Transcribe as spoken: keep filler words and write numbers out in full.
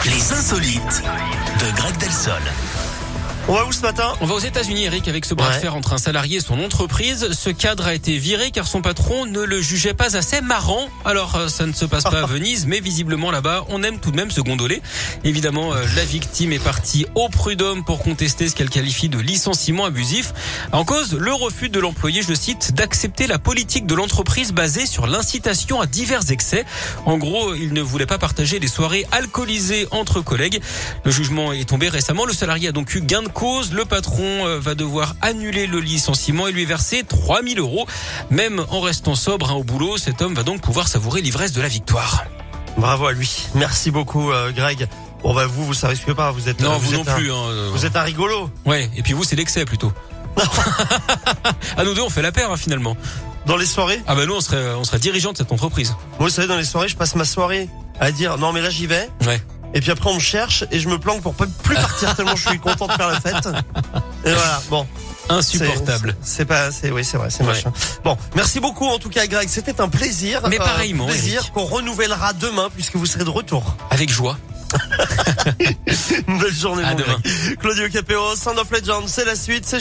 Les insolites de Greg Delsol. On va où ce matin ? On va aux États-Unis, Eric, avec ce bras Ouais. de fer entre un salarié et son entreprise. Ce cadre a été viré car son patron ne le jugeait pas assez marrant. Alors, ça ne se passe pas à Venise, mais visiblement là-bas, on aime tout de même se gondoler. Évidemment, la victime est partie au prud'homme pour contester ce qu'elle qualifie de licenciement abusif. En cause, le refus de l'employé, je le cite, d'accepter la politique de l'entreprise basée sur l'incitation à divers excès. En gros, il ne voulait pas partager des soirées alcoolisées entre collègues. Le jugement est tombé récemment. Le salarié a donc eu gain de cause. Le patron va devoir annuler le licenciement et lui verser trois mille euros. Même en restant sobre hein, au boulot, cet homme va donc pouvoir savourer l'ivresse de la victoire. Bravo à lui. Merci beaucoup, euh, Greg. Bon, bah, vous, vous savez ce que pas. Vous êtes, Non, euh, vous, vous non êtes plus. Un, Hein, euh... Vous êtes un rigolo. Ouais, et puis vous, c'est l'excès plutôt. À nous deux, on fait la paire hein, finalement. Dans les soirées ? Ah bah nous, on serait, on serait dirigeant de cette entreprise. Moi, vous savez, dans les soirées, je passe ma soirée à dire non, mais là, j'y vais. Ouais. Et puis après, on me cherche et je me planque pour pas plus partir tellement je suis content de faire la fête. Et voilà. Bon. Insupportable. C'est, c'est pas, c'est, oui, c'est vrai, c'est Ouais. machin. Bon. Merci beaucoup, en tout cas, Greg. C'était un plaisir. Mais pareillement, Un plaisir Eric. qu'on renouvellera demain puisque vous serez de retour. Avec joie. Une belle journée, À mon demain. Greg. Claudio Capéo, Sound of Legend, c'est la suite. C'est